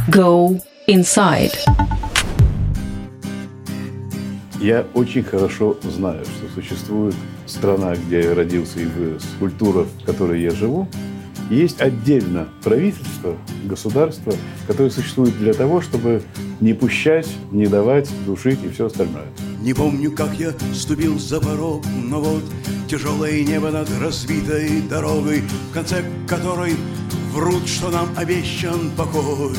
Go inside. Я очень хорошо знаю, что существует страна, где я родился и вырос, культура, в которой я живу. И есть отдельно правительство, государство, которое существует для того, чтобы не пущать, не давать, душить и все остальное. Не помню, как я ступил за порог, но вот тяжелое небо над разбитой дорогой, в конце которой врут, что нам обещан покой.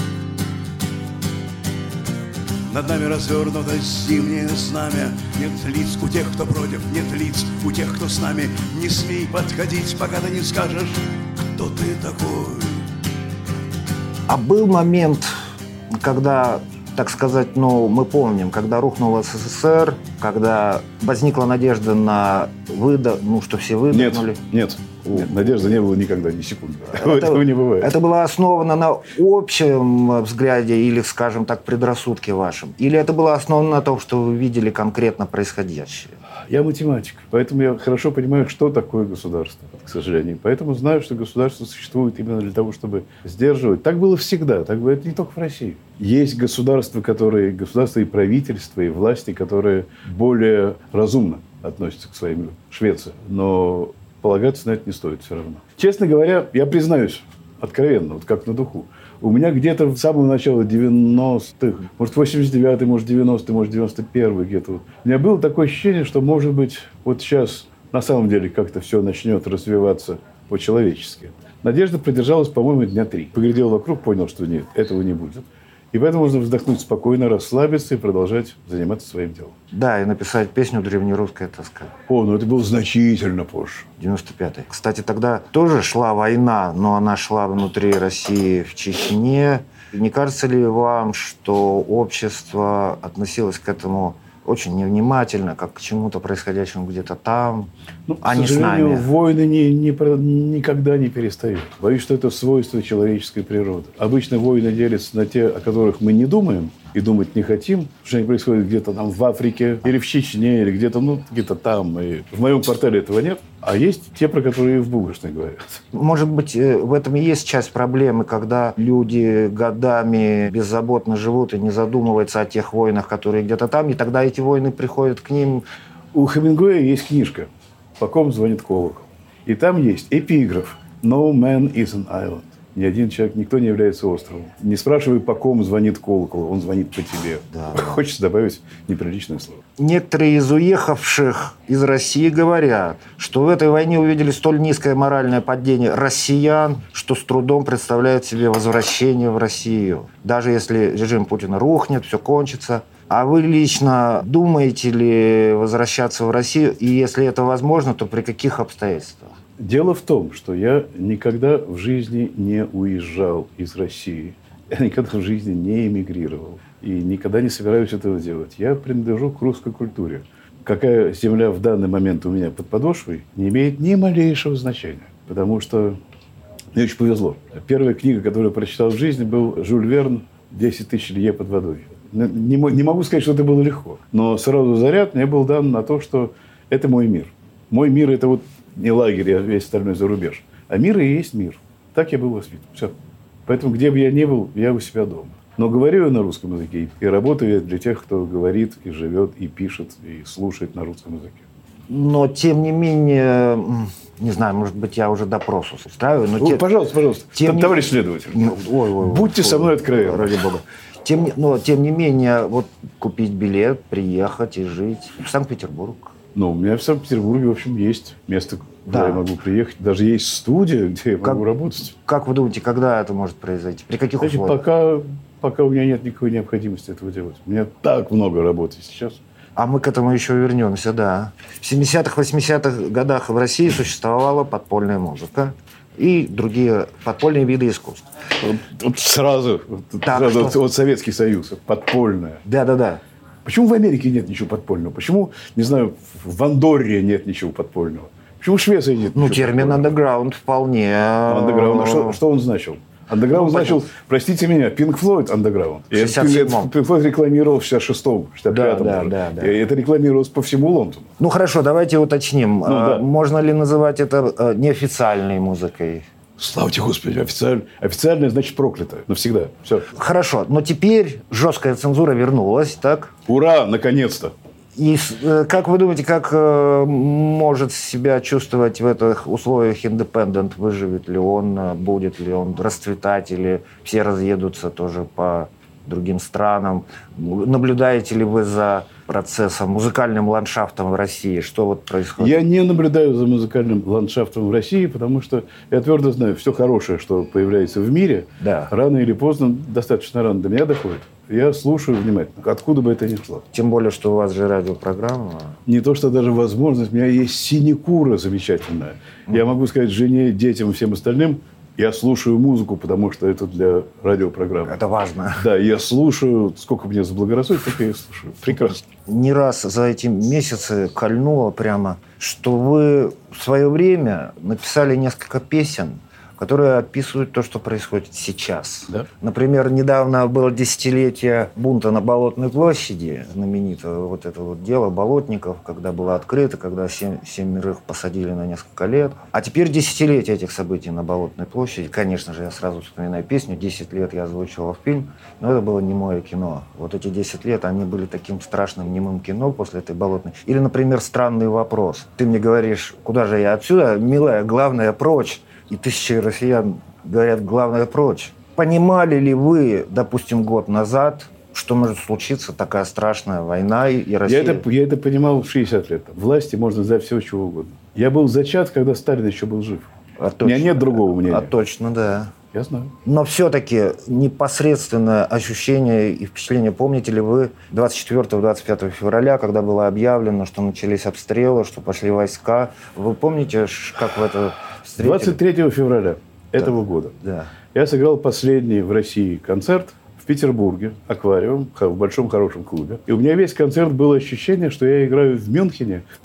Над нами развернуто зимнее знамя. Нет лиц у тех, кто против, нет лиц у тех, кто с нами. Не смей подходить, пока ты не скажешь, кто ты такой. А был момент, когда, так сказать, мы помним, когда рухнул СССР, когда возникла надежда на что все выдохнули. Нет, надежды не было никогда, ни секунды. Этого не бывает. Это было основано на общем взгляде или, скажем так, предрассудке вашем? Или это было основано на том, что вы видели конкретно происходящее? Я математик, поэтому я хорошо понимаю, что такое государство, к сожалению. Поэтому знаю, что государство существует именно для того, чтобы сдерживать. Так было всегда, это не только в России. Есть государства и правительства, и власти, которые более разумно относятся к своим людям. Швеция. Но полагаться на это не стоит все равно. Честно говоря, я признаюсь откровенно, вот как на духу. У меня где-то с самого начала 90-х, может, 89-й, может, 90-й, может, 91-й где-то. У меня было такое ощущение, что, может быть, вот сейчас на самом деле как-то все начнет развиваться по-человечески. Надежда продержалась, по-моему, дня 3. Поглядел вокруг, понял, что нет, этого не будет. И поэтому можно вздохнуть спокойно, расслабиться и продолжать заниматься своим делом. Да, и написать песню «Древнерусская тоска». Это было значительно позже. 95-й. Кстати, тогда тоже шла война, но она шла внутри России, в Чечне. Не кажется ли вам, что общество относилось к этому очень невнимательно, как к чему-то происходящему где-то там, а не с нами? К сожалению, войны никогда не перестают. Боюсь, что это свойство человеческой природы. Обычно войны делятся на те, о которых мы не думаем и думать не хотим, что они происходят где-то там в Африке, или в Чечне, или где-то там. И в моем квартале этого нет. А есть те, про которые в Булгашной говорят. Может быть, в этом и есть часть проблемы, когда люди годами беззаботно живут и не задумываются о тех войнах, которые где-то там, и тогда эти войны приходят к ним. У Хемингуэя есть книжка «По ком звонит колокол». И там есть эпиграф «No man is an island». Ни один человек, никто не является островом. Не спрашивай, по ком звонит колокол, он звонит по тебе. Да. Хочется добавить неприличное слово. Некоторые из уехавших из России говорят, что в этой войне увидели столь низкое моральное падение россиян, что с трудом представляют себе возвращение в Россию. Даже если режим Путина рухнет, все кончится. А вы лично думаете ли возвращаться в Россию? И если это возможно, то при каких обстоятельствах? Дело в том, что я никогда в жизни не уезжал из России. Я никогда в жизни не эмигрировал. И никогда не собираюсь этого делать. Я принадлежу к русской культуре. Какая земля в данный момент у меня под подошвой, не имеет ни малейшего значения. Потому что мне очень повезло. Первая книга, которую я прочитал в жизни, был Жюль Верн «10 тысяч лье под водой». Не могу сказать, что это было легко. Но сразу заряд мне был дан на то, что это мой мир. Мой мир – это не лагерь, а весь остальной зарубеж. А мир и есть мир. Так я был воспитан. Все. Поэтому, где бы я ни был, я у себя дома. Но говорю я на русском языке. И работаю я для тех, кто говорит, и живет, и пишет, и слушает на русском языке. Но, тем не менее, не знаю, может быть, я уже допрос устраиваю. Но пожалуйста. Товарищ следователь. Будьте со мной откровенны. Ради бога. Тем не менее, купить билет, приехать и жить в Санкт-Петербург. У меня в Санкт-Петербурге, в общем, есть место, куда я могу приехать. Даже есть студия, где я могу работать. Как вы думаете, когда это может произойти? При каких условиях? Пока у меня нет никакой необходимости этого делать. У меня так много работы сейчас. А мы к этому еще вернемся, да. В 70-х, 80-х годах в России существовала подпольная музыка и другие подпольные виды искусств. Сразу Советский Союз, подпольная. Да. Почему в Америке нет ничего подпольного? Почему, не знаю, в Андорре нет ничего подпольного? Почему в Швеции нет ничего термин подпольного? «андеграунд» вполне... Андеграунд. Что он значил? Андеграунд значил, простите меня, Pink Floyd андеграунд. В 67-м. Pink Floyd рекламировал в 66-м, 65-м. Да. И это рекламировалось по всему Лондону. Хорошо, давайте уточним. Можно ли называть это неофициальной музыкой? Славьте Господи, официальное значит проклятое. Навсегда. Все. Хорошо, но теперь жесткая цензура вернулась, так? Ура, наконец-то! И как вы думаете, как может себя чувствовать в этих условиях Independent? Выживет ли он, будет ли он расцветать, или все разъедутся тоже по другим странам? Наблюдаете ли вы за процессом, музыкальным ландшафтом в России? Что вот происходит? Я не наблюдаю за музыкальным ландшафтом в России, потому что я твердо знаю, все хорошее, что появляется в мире, Да. рано или поздно, достаточно рано до меня доходит. Я слушаю внимательно, откуда бы это ни шло. Тем более, что у вас же радиопрограмма. Не то, что даже возможность, у меня есть синекура замечательная. Я могу сказать жене, детям и всем остальным, я слушаю музыку, потому что это для радиопрограммы. Это важно. Да, я слушаю, сколько мне заблагорассудит, только я слушаю. Прекрасно. Не раз за эти месяцы кольнуло прямо, что вы в свое время написали несколько песен, которые описывают то, что происходит сейчас. Да? Например, недавно было десятилетие бунта на Болотной площади, знаменитое вот это вот дело болотников, когда было открыто, когда семерых посадили на несколько лет. А теперь десятилетие этих событий на Болотной площади. Конечно же, я сразу вспоминаю песню «10 лет я озвучивал фильм», но это было немое кино. Вот эти 10 лет, они были таким страшным немым кино после этой Болотной. Или, например, «Странный вопрос». Ты мне говоришь, куда же я отсюда? Милая, главное, прочь. И тысячи россиян говорят, главное, прочь. Понимали ли вы, допустим, год назад, что может случиться такая страшная война и Россия? Я это понимал в 60 лет. Власти можно за все, чего угодно. Я был зачат, когда Сталин еще был жив. У меня нет другого мнения. Точно, да. Я знаю. Но все-таки непосредственное ощущение и впечатление, помните ли вы 24-25 февраля, когда было объявлено, что начались обстрелы, что пошли войска? Вы помните, как вы это встретили? 23 февраля этого года я сыграл последний в России концерт в Петербурге, «Аквариум», в большом хорошем клубе. И у меня весь концерт было ощущение, что я играю в Мюнхене в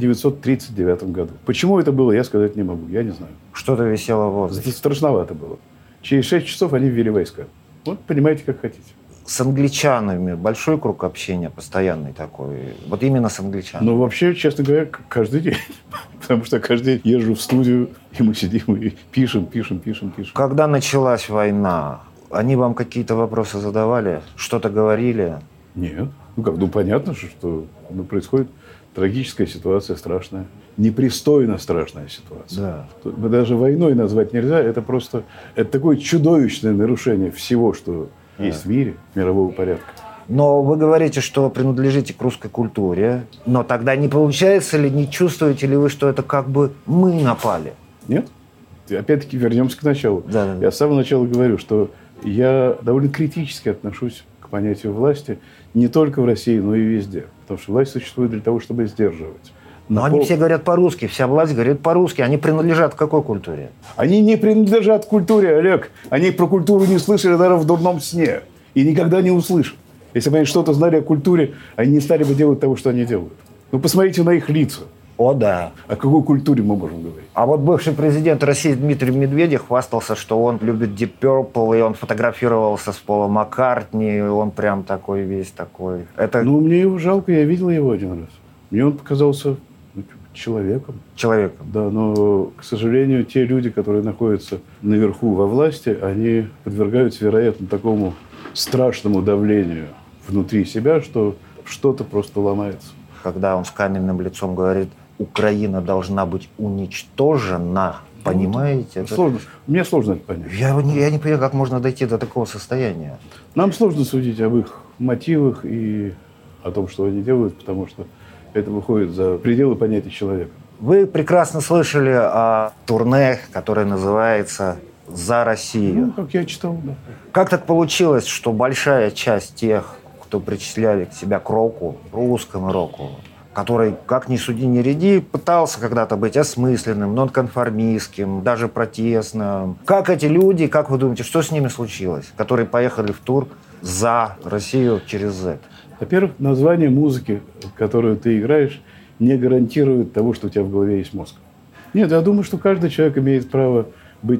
1939 году. Почему это было, я сказать не могу. Я не знаю. Что-то висело в воздухе. Страшновато было. Через 6 часов они ввели войска. Вот понимаете, как хотите. С англичанами большой круг общения, постоянный такой. Вот именно с англичанами. Ну, вообще, честно говоря, каждый день. Потому что каждый день езжу в студию, и мы сидим и пишем. Когда началась война, они вам какие-то вопросы задавали? Что-то говорили? Нет. Ну, понятно, что происходит трагическая ситуация, страшная. Непристойно страшная ситуация. Да. Даже войной назвать нельзя. Это просто такое чудовищное нарушение всего, что есть в мире, мирового порядка. Но вы говорите, что принадлежите к русской культуре. Но тогда не получается ли, не чувствуете ли вы, что это как бы мы напали? Нет. Опять-таки вернемся к началу. Да. Я с самого начала говорю, что я довольно критически отношусь к понятию власти не только в России, но и везде. Потому что власть существует для того, чтобы сдерживать. Но они все говорят по-русски, вся власть говорит по-русски. Они принадлежат к какой культуре? Они не принадлежат культуре, Олег. Они про культуру не слышали даже в дурном сне. И никогда не услышат. Если бы они что-то знали о культуре, они не стали бы делать того, что они делают. Ну, посмотрите на их лица. О, да. О какой культуре мы можем говорить? А вот бывший президент России Дмитрий Медведев хвастался, что он любит Deep Purple, и он фотографировался с Полом Маккартни, и он прям такой весь такой. Это... Ну, мне его жалко, я видел его один раз. Мне он показался человеком. Человеком. Да, но, к сожалению, те люди, которые находятся наверху во власти, они подвергаются, вероятно, такому страшному давлению внутри себя, что что-то просто ломается. Когда он с каменным лицом говорит, Украина должна быть уничтожена, понимаете? Это... Сложно. Мне сложно это понять. Я не понимаю, как можно дойти до такого состояния. Нам сложно судить об их мотивах и о том, что они делают, потому что это выходит за пределы понятия человека. Вы прекрасно слышали о турне, которое называется «За Россию». Ну, как я читал, да. Как так получилось, что большая часть тех, кто причисляли к себя к року, русскому року, который, как ни суди, ни ряди, пытался когда-то быть осмысленным, нонконформистским, даже протестным. Как эти люди, как вы думаете, что с ними случилось, которые поехали в тур «За Россию» через Z? Во-первых, название музыки, которую ты играешь, не гарантирует того, что у тебя в голове есть мозг. Нет, я думаю, что каждый человек имеет право быть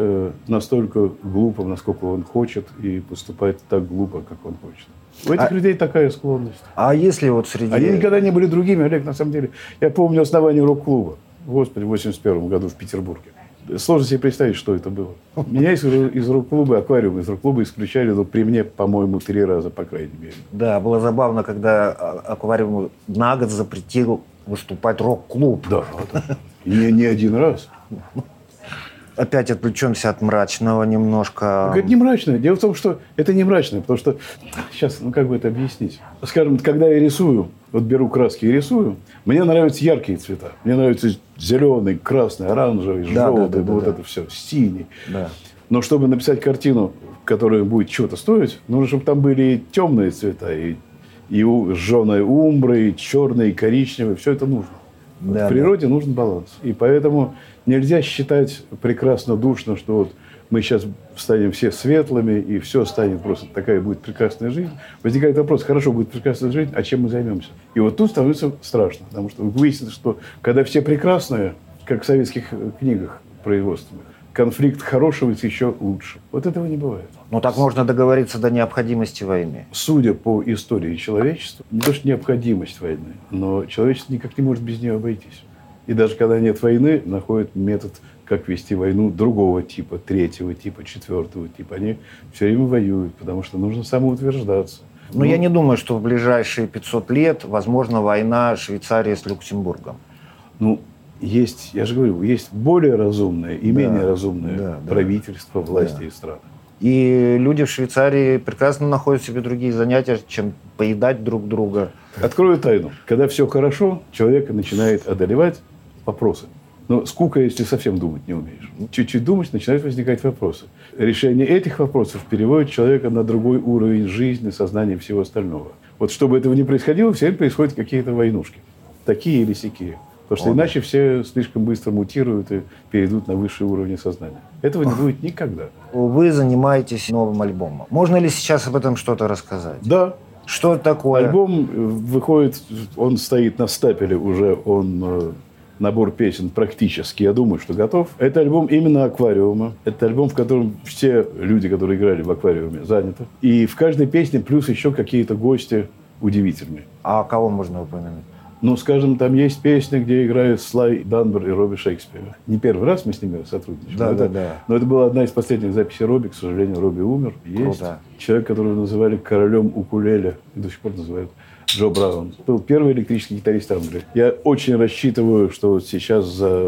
настолько глупым, насколько он хочет, и поступать так глупо, как он хочет. У этих людей такая склонность. А если вот среди... Они никогда не были другими, Олег, на самом деле. Я помню основание рок-клуба, господи, в 1981 году в Петербурге. Сложно себе представить, что это было. Меня из рок-клуба, аквариум из рок-клуба исключали, но при мне, по-моему, 3 раза, по крайней мере. Да, было забавно, когда аквариум на год запретил выступать рок-клуб. Да, не один раз. Опять отвлечемся от мрачного немножко. Это не мрачное. Дело в том, что это не мрачное, потому что сейчас, как бы это объяснить? Скажем, когда я рисую, вот беру краски и рисую, мне нравятся яркие цвета. Мне нравится зеленый, красный, оранжевый, желтый, это все, синий. Да. Но чтобы написать картину, которая будет чего-то стоить, нужно, чтобы там были и темные цвета, и жженая умбра, и черные, и коричневые. Все это нужно. Да, в природе нужен баланс. И поэтому нельзя считать прекрасно душно, что вот мы сейчас станем все светлыми, и все станет просто такая будет прекрасная жизнь. Возникает вопрос, хорошо, будет прекрасная жизнь, а чем мы займемся? И вот тут становится страшно. Потому что выяснится, что когда все прекрасные, как в советских книгах производственных, конфликт хорошего еще лучше. Вот этого не бывает. Ну, так можно договориться до необходимости войны. Судя по истории человечества, не то что необходимость войны, но человечество никак не может без нее обойтись. И даже когда нет войны, находят метод, как вести войну другого типа, 3-го типа, 4-го типа. Они все время воюют, потому что нужно самоутверждаться. Но я не думаю, что в ближайшие 500 лет возможна война Швейцарии с Люксембургом. Ну, есть, я же говорю, есть более разумное и менее разумное правительство, власти и страны. И люди в Швейцарии прекрасно находят себе другие занятия, чем поедать друг друга. Открою тайну. Когда все хорошо, человека начинает одолевать вопросы. Но скука, если совсем думать не умеешь. Чуть-чуть думать, начинают возникать вопросы. Решение этих вопросов переводит человека на другой уровень жизни, сознания и всего остального. Вот чтобы этого не происходило, все время происходят какие-то войнушки. Такие или сякие. Потому что иначе все слишком быстро мутируют и перейдут на высшие уровни сознания. Этого не будет никогда. Вы занимаетесь новым альбомом. Можно ли сейчас об этом что-то рассказать? Да. Что это такое? Альбом выходит, он стоит на стапеле уже, набор песен практически, я думаю, что готов. Это альбом именно «Аквариума». Это альбом, в котором все люди, которые играли в «Аквариуме», заняты. И в каждой песне плюс еще какие-то гости удивительные. А кого можно упомянуть? Ну, скажем, там есть песня, где играют Слай Данбер и Робби Шекспир. Не первый раз мы с ними сотрудничаем. Но это была одна из последних записей Робби. К сожалению, Робби умер. Есть человек, которого называли королем укулеле, и до сих пор называют, Джо Браун. Был первый электрический гитарист Англии. Я очень рассчитываю, что вот сейчас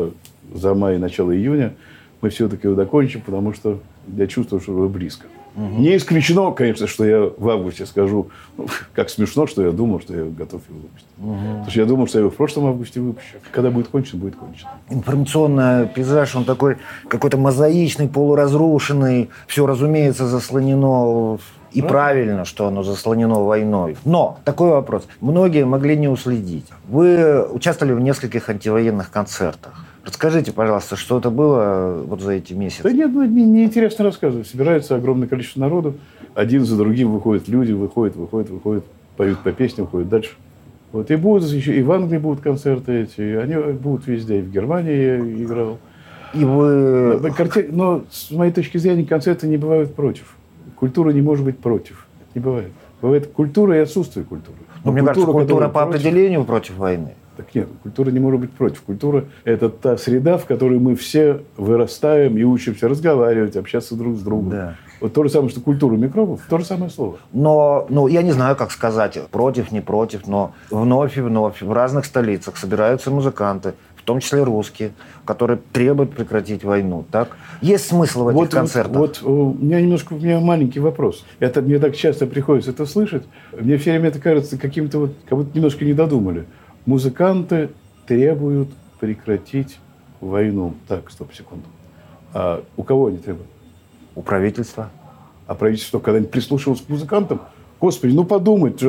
за май, начало июня мы все-таки его докончим, потому что я чувствую, что уже близко. Угу. Не исключено, конечно, что я в августе скажу, как смешно, что я думал, что я готов его выпустить. Угу. Потому что я думал, что я его в прошлом августе выпущу. Когда будет кончено, будет кончено. Информационный пейзаж, он такой какой-то мозаичный, полуразрушенный. Все, разумеется, заслонено. И правильно, что оно заслонено войной. Но такой вопрос. Многие могли не уследить. Вы участвовали в нескольких антивоенных концертах. Расскажите, пожалуйста, что это было вот за эти месяцы? Да нет, не интересно рассказывать. Собирается огромное количество народу. Один за другим выходят люди, выходят, поют по песням, выходят дальше. Вот. И будут еще и в Англии будут концерты эти. Они будут везде. И в Германии я играл. И вы... Но с моей точки зрения концерты не бывают против. Культура не может быть против. Не бывает. Бывает культура и отсутствие культуры. Но мне кажется, культура по определению против войны. Так нет, культура не может быть против. Культура – это та среда, в которой мы все вырастаем и учимся разговаривать, общаться друг с другом. Да. Вот то же самое, что культура микробов, то же самое слово. Но я не знаю, как сказать, против, не против, но вновь и вновь в разных столицах собираются музыканты, в том числе русские, которые требуют прекратить войну. Так? Есть смысл в этих концертах? У меня маленький вопрос. Мне так часто приходится это слышать. Мне все время это кажется каким-то как будто немножко не додумали. Музыканты требуют прекратить войну. Так, стоп, секунду. А у кого они требуют? У правительства. А правительство когда-нибудь прислушивалось к музыкантам? Господи, подумать,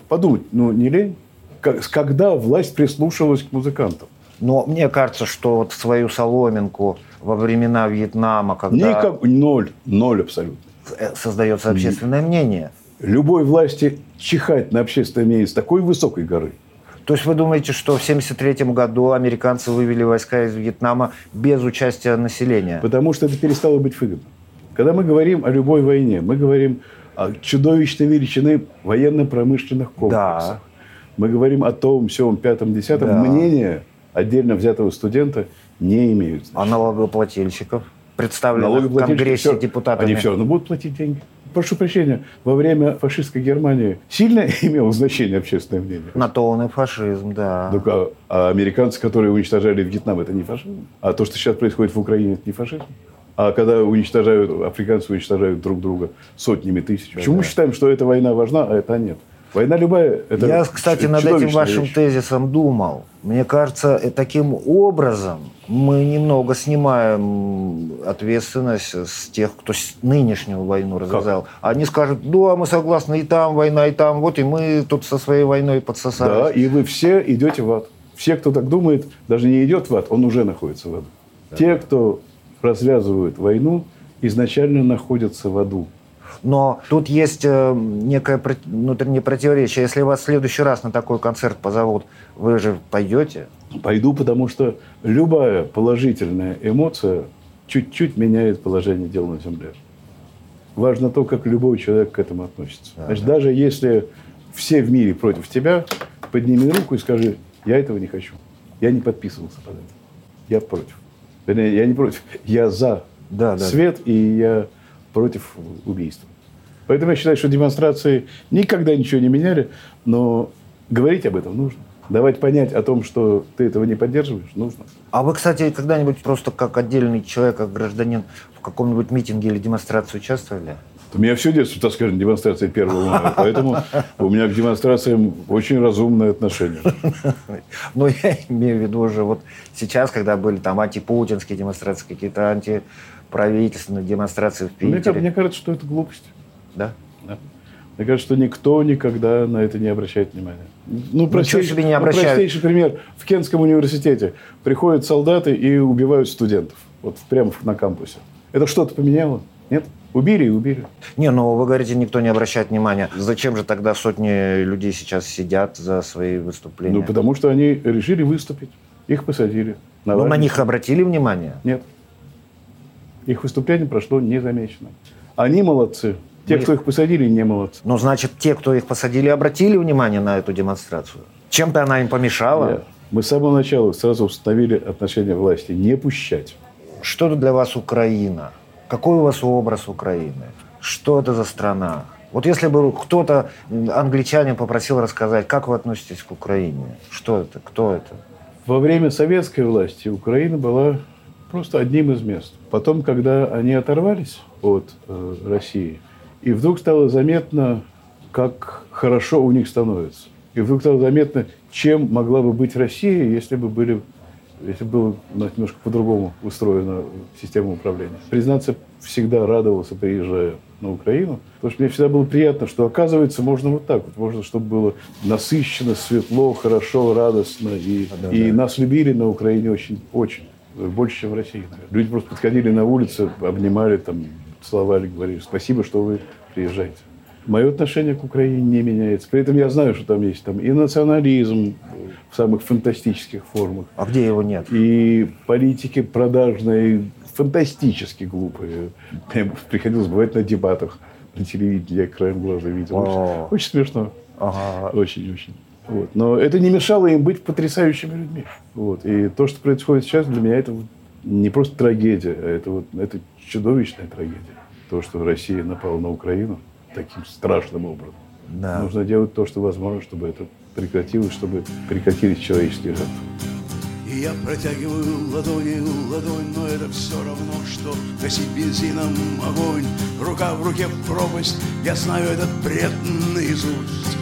не лень? Когда власть прислушивалась к музыкантам? Но мне кажется, что вот свою соломинку во времена Вьетнама, когда... Ноль абсолютно. Создается общественное мнение. Любой власти чихать на общественное мнение с такой высокой горы. То есть вы думаете, что в 1973 году американцы вывели войска из Вьетнама без участия населения? Потому что это перестало быть выгодно. Когда мы говорим о любой войне, мы говорим о чудовищной величины военно-промышленных комплексов. Да. Мы говорим о том, всем, 5-10. Да. Мнение отдельно взятого студента не имеют А значения. налогоплательщиков, представленных в Конгрессе депутатами? Они все равно будут платить деньги. Прошу прощения, во время фашистской Германии сильно имело значение общественное мнение? На то он и фашизм, да. А американцы, которые уничтожали Вьетнам, это не фашизм? А то, что сейчас происходит в Украине, это не фашизм? А когда африканцы уничтожают друг друга сотнями тысяч. Почему мы считаем, что эта война важна, а это нет? Война любая, это Я, кстати, над этим вашим вещь. тезисом думал. Мне кажется, таким образом мы немного снимаем ответственность с тех, кто нынешнюю войну развязал. Они скажут, да, мы согласны, и там война, и там, вот и мы тут со своей войной подсосались. Да, и вы все идете в ад. Все, кто так думает, даже не идет в ад, он уже находится в аду. Да. Те, кто развязывают войну, изначально находятся в аду. Но тут есть некое внутреннее противоречие. Если вас в следующий раз на такой концерт позовут, вы же пойдете? Пойду, потому что любая положительная эмоция чуть-чуть меняет положение дел на Земле. Важно то, как любой человек к этому относится. Да, Значит, да. даже если все в мире против тебя, подними руку и скажи, я этого не хочу. Я не подписывался под это. Я против. Вернее, я не против. Я за свет, и я против убийства. Поэтому я считаю, что демонстрации никогда ничего не меняли, но говорить об этом нужно. Давать понять о том, что ты этого не поддерживаешь, нужно. А вы, кстати, когда-нибудь просто как отдельный человек, как гражданин, в каком-нибудь митинге или демонстрации участвовали? У меня все детство, так скажем, демонстрация 1 мая, поэтому у меня к демонстрациям очень разумное отношение. Ну, я имею в виду уже вот сейчас, когда были там антипутинские демонстрации, какие-то антиправительственные демонстрации в Питере. Мне кажется, что это глупость. Да? Да. Мне кажется, что никто никогда на это не обращает внимания. Себе не обращают. Простейший пример. В Кентском университете приходят солдаты и убивают студентов. Вот прямо на кампусе. Это что-то поменяло? Нет? Убили и убили. Не, ну вы говорите, никто не обращает внимания. Зачем же тогда сотни людей сейчас сидят за свои выступления? Ну, потому что они решили выступить. Их посадили. Но на них обратили внимание? Нет. Их выступление прошло незамеченным. Они молодцы. Те, кто их посадили, не молодцы. Ну, значит, те, кто их посадили, обратили внимание на эту демонстрацию? Чем-то она им помешала? Нет. Мы с самого начала сразу установили отношение власти. Не пущать. Что это для вас Украина? Какой у вас образ Украины? Что это за страна? Вот если бы кто-то, англичанин, попросил рассказать, как вы относитесь к Украине? Что это? Кто это? Во время советской власти Украина была просто одним из мест. Потом, когда они оторвались от России, и вдруг стало заметно, как хорошо у них становится. И вдруг стало заметно, чем могла бы быть Россия, если было немножко по-другому устроена система управления. Признаться, всегда радовался, приезжая на Украину, потому что мне всегда было приятно, что, оказывается, можно вот так вот. Можно, чтобы было насыщенно, светло, хорошо, радостно. И нас любили на Украине очень-очень. Больше, чем в России, наверное. Люди просто подходили на улице, обнимали, там, целовали, говорили, спасибо, что вы приезжаете. Мое отношение к Украине не меняется. При этом я знаю, что там есть и национализм в самых фантастических формах. А где его нет? И политики продажные, фантастически глупые. Мне приходилось бывать на дебатах на телевидении, я краем глаза видел. Очень смешно. Ага. Очень-очень. Вот. Но это не мешало им быть потрясающими людьми. Вот. И то, что происходит сейчас, для меня это не просто трагедия, а это чудовищная трагедия. То, что Россия напала на Украину таким страшным образом. Да. Нужно делать то, что возможно, чтобы это прекратилось, чтобы прекратились человеческие жертвы. И я протягиваю ладонь, но это все равно, что гасить бензином огонь. Рука в руке пропасть, я знаю этот бред наизусть.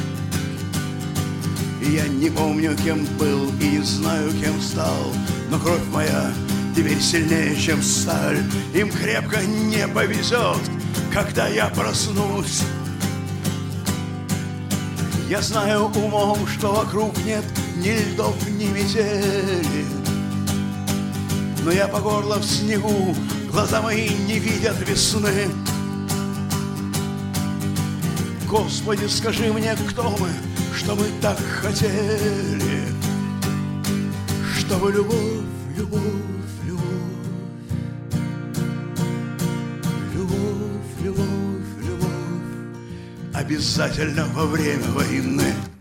И я не помню, кем был и не знаю, кем стал, но кровь моя теперь сильнее, чем сталь. Им крепко не повезет, когда я проснусь. Я знаю умом, что вокруг нет ни льдов, ни метели, но я по горло в снегу, глаза мои не видят весны. Господи, скажи мне, кто мы, что мы так хотели, чтобы любовь, любовь, любовь, любовь, любовь обязательно во время войны.